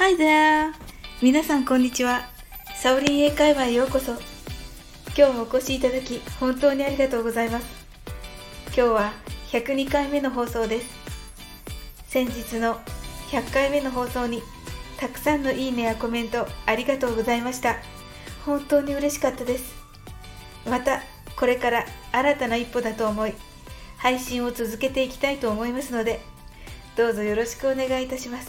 Hi there! 皆さんこんにちは。サオリン英会話へようこそ。今日もお越しいただき本当にありがとうございます。今日は102回目の放送です。先日の100回目の放送にたくさんのいいねやコメントありがとうございました。本当に嬉しかったです。またこれから新たな一歩だと思い、配信を続けていきたいと思いますので、どうぞよろしくお願いいたします。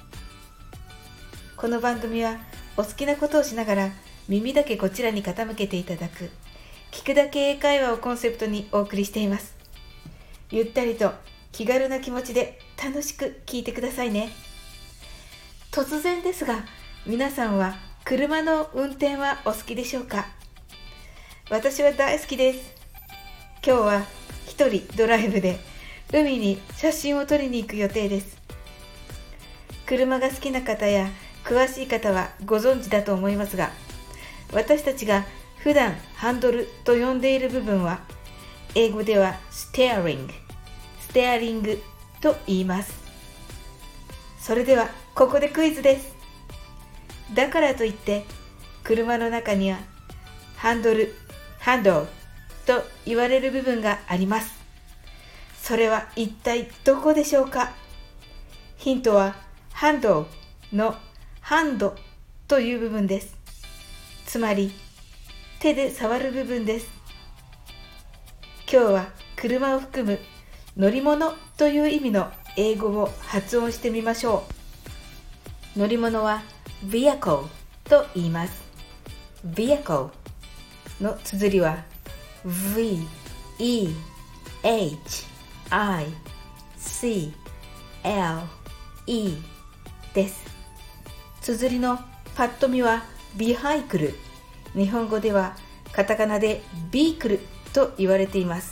この番組はお好きなことをしながら耳だけこちらに傾けていただく聞くだけ英会話をコンセプトにお送りしています。ゆったりと気軽な気持ちで楽しく聞いてくださいね。突然ですが、皆さんは車の運転はお好きでしょうか？私は大好きです。今日は一人ドライブで海に写真を撮りに行く予定です。車が好きな方や詳しい方はご存知だと思いますが、私たちが普段ハンドルと呼んでいる部分は英語ではステアリングと言います。それではここでクイズです。だからといって車の中にはハンドルと言われる部分があります。それは一体どこでしょうか？ヒントはハンドのハンドという部分です。つまり手で触る部分です。今日は車を含む乗り物という意味の英語を発音してみましょう。乗り物は vehicle と言います。 vehicle の綴りは V-E-H-I-C-L-E です。綴りのパッと見はビハイクル、日本語ではカタカナでビークルと言われています。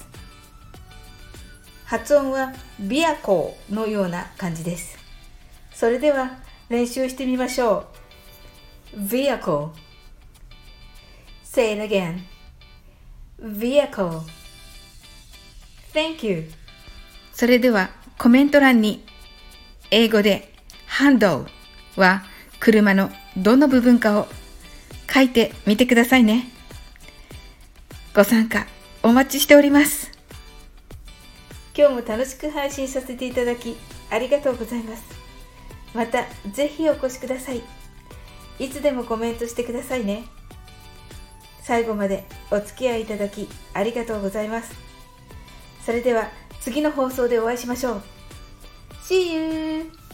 発音はビアコーのような感じです。それでは練習してみましょう。 Vehicle. Say it again. Vehicle. Thank you. それではコメント欄に英語でハンドルは車のどの部分かを書いてみてくださいね。ご参加お待ちしております。今日も楽しく配信させていただきありがとうございます。またぜひお越しください。いつでもコメントしてくださいね。最後までお付き合いいただきありがとうございます。それでは次の放送でお会いしましょう。See you!